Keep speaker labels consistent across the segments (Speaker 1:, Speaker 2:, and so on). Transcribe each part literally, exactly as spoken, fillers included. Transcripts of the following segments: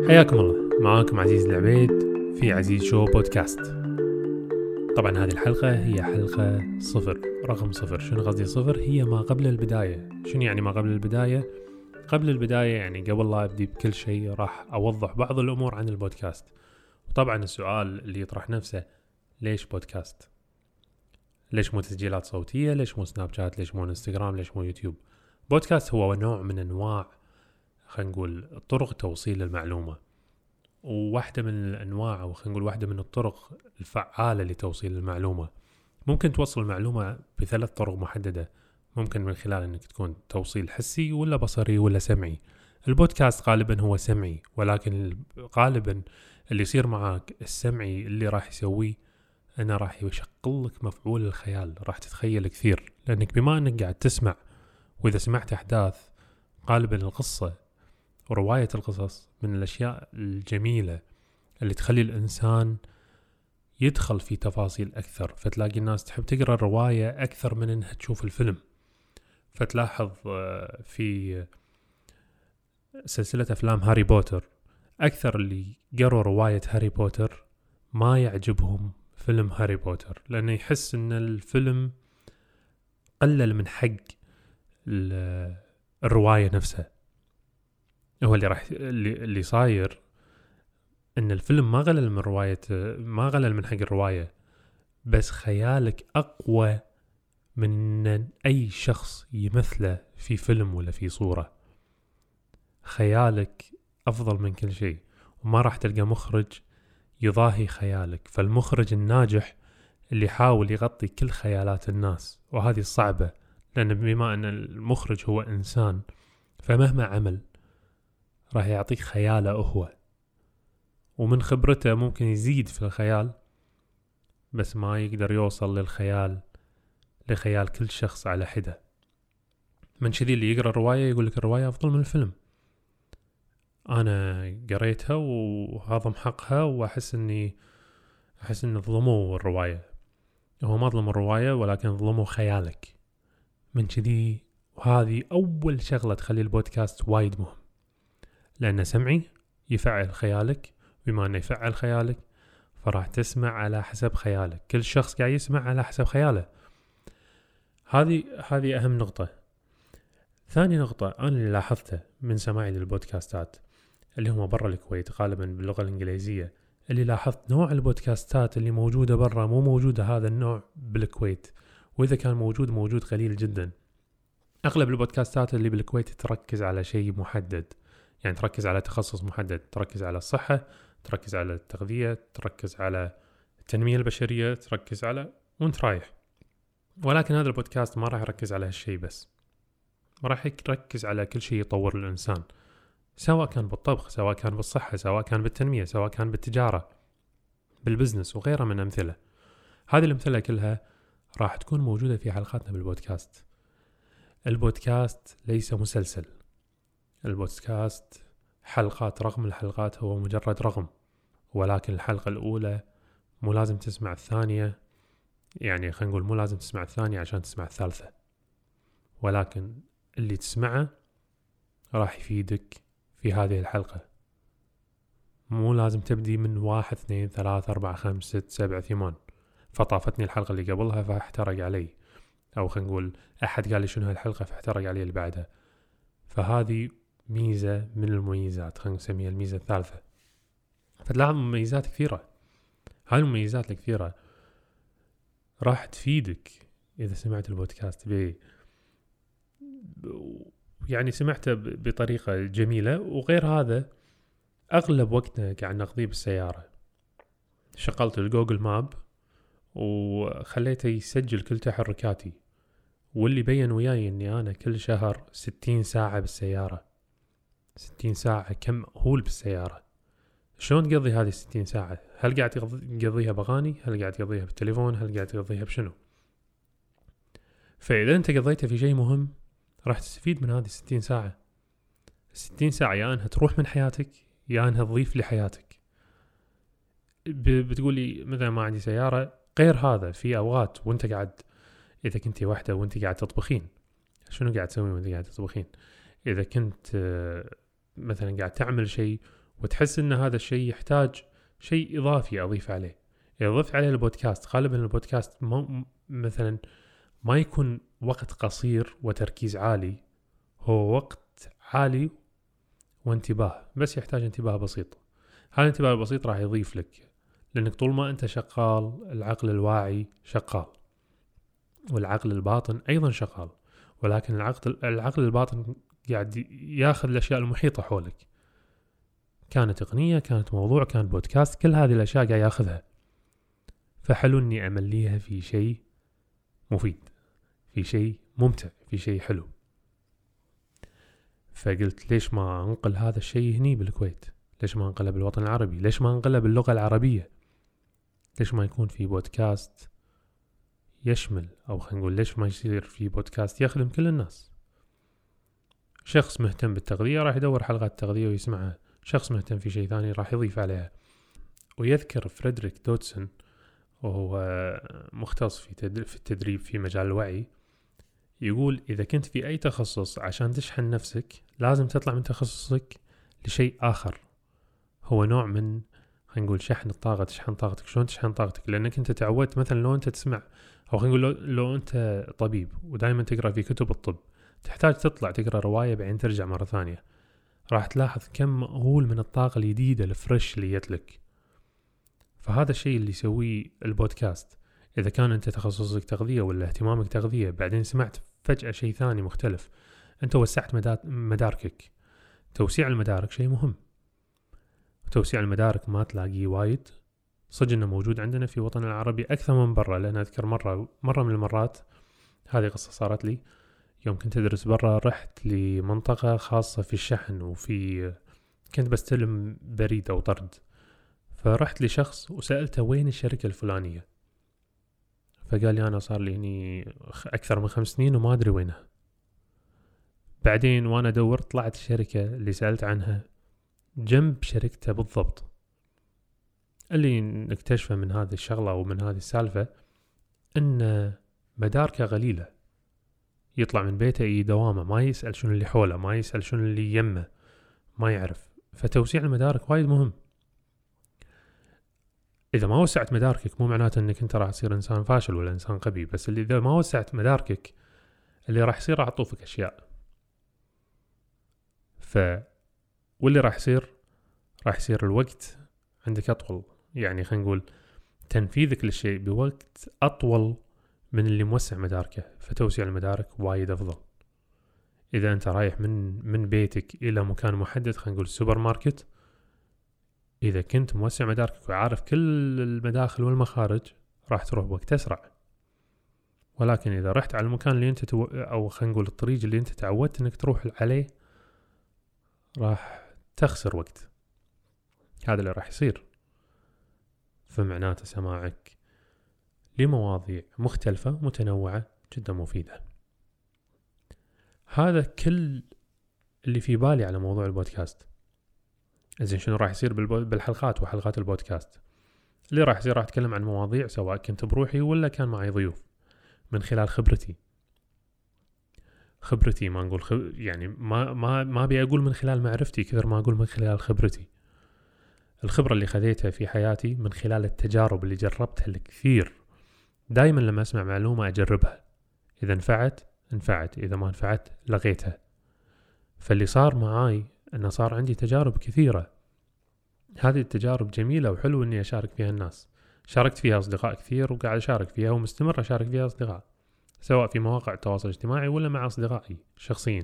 Speaker 1: حياكم الله، معاكم عزيز العبيد في عزيز شو بودكاست. طبعا هذه الحلقة هي حلقة صفر، رقم صفر. شنو قصدي صفر؟ هي ما قبل البداية. شنو يعني ما قبل البداية؟ قبل البداية يعني قبل لا أبدي بكل شيء راح أوضح بعض الأمور عن البودكاست. وطبعا السؤال اللي يطرح نفسه، ليش بودكاست؟ ليش مو تسجيلات صوتية؟ ليش مو سناب شات؟ ليش مو انستغرام؟ ليش مو يوتيوب؟ بودكاست هو نوع من أنواع، خلينا نقول، طرق توصيل المعلومة، وواحدة من الأنواع أو خلينا نقول واحدة من الطرق الفعالة لتوصيل المعلومة. ممكن توصل المعلومة بثلاث طرق محددة، ممكن من خلال أنك تكون توصيل حسي ولا بصري ولا سمعي. البودكاست غالبا هو سمعي، ولكن غالبا اللي يصير معاك السمعي اللي راح يسويه أنا راح يشغل لك مفعول الخيال، راح تتخيل كثير، لأنك بما أنك قاعد تسمع، وإذا سمعت أحداث غالبا القصة ورواية القصص من الأشياء الجميلة اللي تخلي الإنسان يدخل في تفاصيل أكثر. فتلاقي الناس تحب تقرأ الرواية أكثر من أنها تشوف الفيلم. فتلاحظ في سلسلة أفلام هاري بوتر، أكثر اللي قرأوا رواية هاري بوتر ما يعجبهم فيلم هاري بوتر، لأنه يحس أن الفيلم قلل من حق الرواية نفسها. هو اللي راح اللي, اللي صاير ان الفيلم ما غلل من رواية، ما غلل من حق الرواية، بس خيالك اقوى من اي شخص يمثله في فيلم ولا في صورة. خيالك افضل من كل شيء، وما راح تلقى مخرج يضاهي خيالك. فالمخرج الناجح اللي يحاول يغطي كل خيالات الناس، وهذه الصعبة، لان بما ان المخرج هو انسان، فمهما عمل راح يعطيك خياله هو، ومن خبرته ممكن يزيد في الخيال، بس ما يقدر يوصل للخيال لخيال كل شخص على حدة. من شذي اللي يقرأ الرواية يقول لك الرواية أفضل من الفيلم. أنا قريتها وهضم حقها، وأحس أني أحس أن ظلموا الرواية. هو ما ظلموا الرواية، ولكن ظلموا خيالك. من شذي، وهذه أول شغلة تخلي البودكاست وايد مهم، لأنه سمعي يفعل خيالك. بما أنه يفعل خيالك فراح تسمع على حسب خيالك. كل شخص قاعد يسمع على حسب خياله. هذه هذه أهم نقطة. ثاني نقطة أنا اللي لاحظته من سماعي للبودكاستات اللي هم برا الكويت غالبا باللغة الإنجليزية، اللي لاحظت نوع البودكاستات اللي موجودة برا مو موجودة هذا النوع بالكويت، وإذا كان موجود موجود قليل جدا. أغلب البودكاستات اللي بالكويت تركز على شيء محدد، يعني تركز على تخصص محدد، تركز على الصحة، تركز على التغذية، تركز على التنمية البشرية، تركز على وانت رايح. ولكن هذا البودكاست ما راح يركز على هالشيء بس، ما راح يركز على كل شيء يطور الإنسان، سواء كان بالطبخ، سواء كان بالصحة، سواء كان بالتنمية، سواء كان بالتجارة، بالبزنس وغيرها من أمثلة. هذه الأمثلة كلها راح تكون موجودة في حلقاتنا بالبودكاست. البودكاست ليس مسلسل. البودكاست حلقات، رقم الحلقات هو مجرد رقم، ولكن الحلقة الأولى مو لازم تسمع الثانية، يعني خلينا نقول مو لازم تسمع الثانية عشان تسمع الثالثة، ولكن اللي تسمعه راح يفيدك في هذه الحلقة. مو لازم تبدي من واحد اثنين ثلاثة أربعة خمس ست سبعة ثمان، فطافتني الحلقة اللي قبلها فاحترق علي، أو خلينا نقول أحد قال لي شنو هالحلقة فاحترق علي اللي بعدها. فهذه ميزة من المميزات، خلينا نسميها الميزة الثالثة. فتلاحظ مميزات كثيرة. هاي المميزات الكثيرة راح تفيدك إذا سمعت البودكاست ب يعني سمعته بطريقة جميلة. وغير هذا أغلب وقتنا قاعد نقضيه بالسيارة. شغلت الجوجل ماب وخليته يسجل كل تحركاتي، واللي بين وياي أني أنا كل شهر ستين ساعة بالسيارة. ستين ساعة كم هول بالسيارة. شلون تقضي هذه الستين ساعة؟ هل قاعد تقضيها بغاني؟ هل قاعد تقضيها بالتليفون؟ هل قاعد تقضيها بشنو؟ فإذا أنت قضيتها في شيء مهم راح تستفيد من هذه الستين ساعة. الستين ساعة يا أنها تروح من حياتك يا أنها تضيف لحياتك. بتقولي مثلا ما عندي سيارة. غير هذا في أوقات وانت قاعد، إذا كنتي واحدة وانت قاعد تطبخين، شنو قاعد تسوي وانت قاعد تطبخين؟ إذا كنت مثلا قاعد تعمل شيء وتحس ان هذا الشيء يحتاج شيء اضافي اضيف عليه. اذا ضفت عليه البودكاست، غالبا البودكاست ما مثلا ما يكون وقت قصير وتركيز عالي، هو وقت عالي وانتباه، بس يحتاج انتباه بسيط. هذا الانتباه البسيط راح يضيف لك، لانك طول ما انت شغال العقل الواعي شغال، والعقل الباطن ايضا شغال، ولكن العقل العقل الباطن قاعد ياخذ الاشياء المحيطه حولك، كانت تقنيه، كانت موضوع، كان بودكاست، كل هذه الاشياء قاعد ياخذها. فحلو اني امليها في شيء مفيد، في شيء ممتع، في شيء حلو. فقلت ليش ما انقل هذا الشيء هني بالكويت؟ ليش ما انقله بالوطن العربي؟ ليش ما انقله باللغة العربية؟ ليش ما يكون في بودكاست يشمل، او خلينا نقول ليش ما يصير في بودكاست يخدم كل الناس؟ شخص مهتم بالتغذية راح يدور حلقات تغذية ويسمعها، شخص مهتم في شيء ثاني راح يضيف عليها. ويذكر فريدريك دوتسون، وهو مختص في التدريب في مجال الوعي، يقول إذا كنت في أي تخصص عشان تشحن نفسك لازم تطلع من تخصصك لشيء آخر، هو نوع من خلينا نقول شحن الطاقة، تشحن طاقتك. شلون تشحن طاقتك؟ لأنك أنت تعودت مثلا لو أنت تسمع، أو خلينا نقول لو, لو أنت طبيب ودائما تقرأ في كتب الطب، تحتاج تطلع تقرأ رواية بعدين ترجع مرة ثانية، راح تلاحظ كم مهول من الطاقة الجديدة الفريش اللي يتلك. فهذا الشيء اللي يسويه البودكاست. إذا كان أنت تخصصك تغذية ولا اهتمامك تغذية، بعدين سمعت فجأة شيء ثاني مختلف، أنت وسعت مداركك. توسيع المدارك شيء مهم. توسيع المدارك ما تلاقيه وايد، صدق إنه موجود عندنا في وطن العربي أكثر من برا. لأن أذكر مرة مرة من المرات، هذه قصة صارت لي يوم كنت أدرس برا، رحت لمنطقة خاصة في الشحن، وفي كنت بستلم بريد أو طرد، فرحت لشخص وسألته وين الشركة الفلانية، فقال لي أنا صار لي هني أكثر من خمس سنين وما أدري وينها. بعدين وأنا دورت طلعت الشركة اللي سألت عنها جنب شركته بالضبط. اللي نكتشفه من هذه الشغلة ومن هذه السالفة أن مداركه غليلة، يطلع من بيته أي دوامة، ما يسأل شنو اللي حوله، ما يسأل شنو اللي يمه، ما يعرف. فتوسيع المدارك وايد مهم. إذا ما وسعت مداركك مو معناته أنك أنت راح تصير إنسان فاشل ولا إنسان غبي، بس اللي إذا ما وسعت مداركك اللي راح يصير راح يطوفك أشياء. ف واللي راح يصير راح يصير الوقت عندك أطول، يعني خلينا نقول تنفيذك للشيء بوقت أطول من اللي موسع مداركه. فتوسيع المدارك وايد أفضل. إذا أنت رايح من من بيتك إلى مكان محدد، خلينا نقول السوبر ماركت، إذا كنت موسع مداركك وعارف كل المداخل والمخارج راح تروح بوقت أسرع. ولكن إذا رحت على المكان اللي أنت تو... أو خلينا نقول الطريق اللي أنت تعودت أنك تروح عليه، راح تخسر وقت. هذا اللي راح يصير. فمعناته سماعك لمواضيع مختلفة متنوعة جدا مفيدة. هذا كل اللي في بالي على موضوع البودكاست. إذن شنو راح يصير بالحلقات وحلقات البودكاست؟ اللي راح يصير راح أتكلم عن مواضيع سواء كنت بروحي ولا كان معي ضيوف، من خلال خبرتي. خبرتي ما نقول خب... يعني ما ما ما أبي أقول من خلال معرفتي كثر ما أقول من خلال خبرتي. الخبرة اللي خذيتها في حياتي من خلال التجارب اللي جربتها الكثير. دائما لما أسمع معلومة أجربها، إذا نفعت نفعت، إذا ما نفعت لغيتها. فاللي صار معاي أنه صار عندي تجارب كثيرة. هذه التجارب جميلة وحلو أني أشارك فيها الناس. شاركت فيها أصدقاء كثير وقاعد أشارك فيها ومستمر أشارك فيها أصدقاء، سواء في مواقع التواصل الاجتماعي ولا مع أصدقائي شخصيين.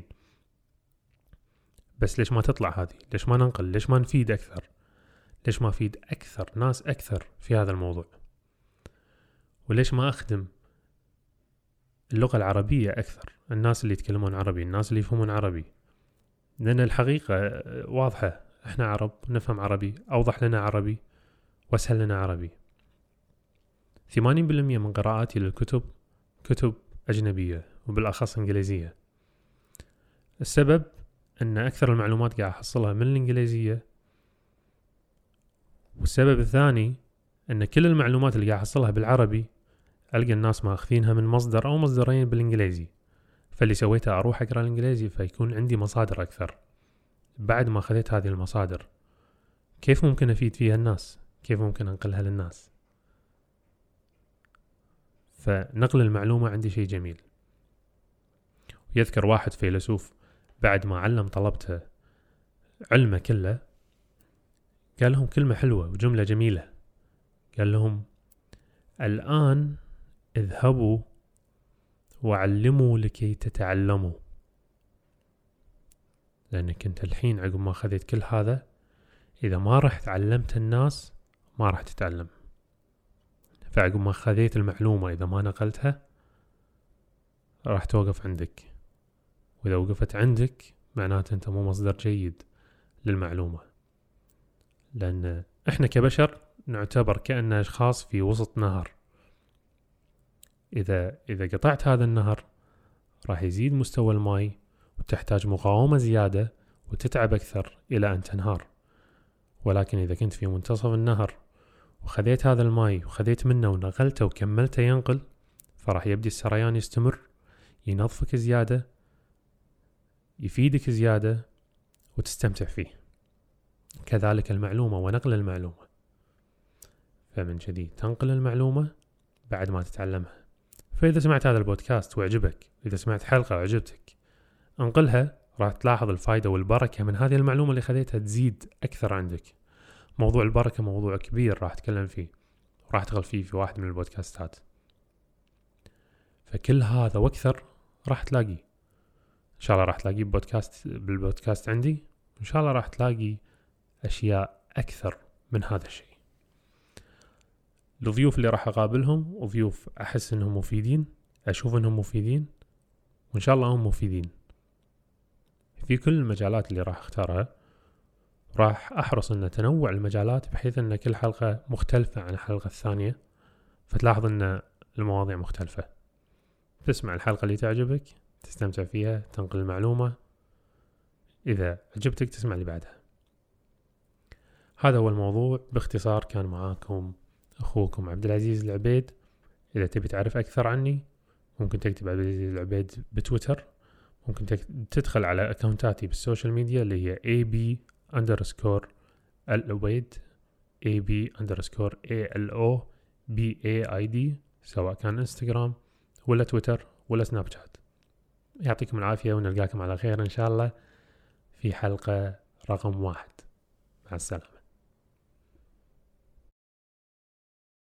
Speaker 1: بس ليش ما تطلع هذه؟ ليش ما ننقل؟ ليش ما نفيد أكثر؟ ليش ما أفيد أكثر ناس أكثر في هذا الموضوع؟ وليش ما أخدم اللغة العربية أكثر، الناس اللي يتكلمون عربي، الناس اللي يفهمون عربي؟ لأن الحقيقة واضحة، إحنا عرب نفهم عربي، أوضح لنا عربي وأسهل لنا عربي. ثمانين بالمئة من قراءاتي للكتب كتب أجنبية وبالأخص إنجليزية. السبب أن أكثر المعلومات قاعد أحصلها من الإنجليزية، والسبب الثاني أن كل المعلومات اللي قاعد أحصلها بالعربي ألقى الناس ماخذينها من مصدر أو مصدرين بالإنجليزي. فاللي سويته أروح أقرأ الإنجليزي فيكون عندي مصادر أكثر. بعد ما أخذت هذه المصادر كيف ممكن أفيد فيها الناس؟ كيف ممكن أنقلها للناس؟ فنقل المعلومة عندي شيء جميل. يذكر واحد فيلسوف بعد ما علم طلبته علمه كله قال لهم كلمة حلوة وجملة جميلة، قال لهم الآن اذهبوا وعلموا لكي تتعلموا، لأنك أنت الحين عقب ما خذيت كل هذا إذا ما رحت علمت الناس ما راح تتعلم. فعقب ما خذيت المعلومة إذا ما نقلتها راح توقف عندك، وإذا وقفت عندك معناته أنت مو مصدر جيد للمعلومة. لأن إحنا كبشر نعتبر كأن أشخاص في وسط نهر، إذا إذا قطعت هذا النهر راح يزيد مستوى الماء وتحتاج مقاومة زيادة وتتعب أكثر إلى أن تنهار. ولكن إذا كنت في منتصف النهر وخذيت هذا الماء وخذيت منه ونقلته وكملته ينقل، فراح يبدي السريان يستمر، ينظفك زيادة، يفيدك زيادة وتستمتع فيه. كذلك المعلومة ونقل المعلومة، فمن كذي تنقل المعلومة بعد ما تتعلمها. فإذا سمعت هذا البودكاست وعجبك، إذا سمعت حلقة وعجبتك، انقلها، راح تلاحظ الفائدة والبركة من هذه المعلومة اللي خذيتها تزيد أكثر عندك. موضوع البركة موضوع كبير راح أتكلم فيه، راح أدخل فيه في واحد من البودكاستات. فكل هذا وأكثر راح تلاقي إن شاء الله، راح تلاقيه بودكاست بالبودكاست عندي، إن شاء الله راح تلاقي أشياء أكثر من هذا الشيء. الضيوف اللي راح أقابلهم وضيوف أحس إنهم مفيدين، أشوف إنهم مفيدين، وإن شاء الله هم مفيدين في كل المجالات اللي راح أختارها. راح أحرص أن تنوع المجالات بحيث أن كل حلقة مختلفة عن الحلقة الثانية، فتلاحظ أن المواضيع مختلفة. تسمع الحلقة اللي تعجبك، تستمتع فيها، تنقل المعلومة، إذا عجبتك تسمع اللي بعدها. هذا هو الموضوع باختصار. كان معاكم أخوكم عبد العزيز العبيد. إذا تبي تعرف أكثر عني ممكن تكتب عبد العزيز العبيد بتويتر، ممكن تدخل على أكاونتاتي بالسوشيال ميديا اللي هي إيه بي underscore العبيد إيه بي underscore إيه إل أو بي إيه آي دي، سواء كان انستغرام ولا تويتر ولا سناب شات. يعطيكم العافية ونلقاكم على خير إن شاء الله في حلقة رقم واحد. مع السلامة.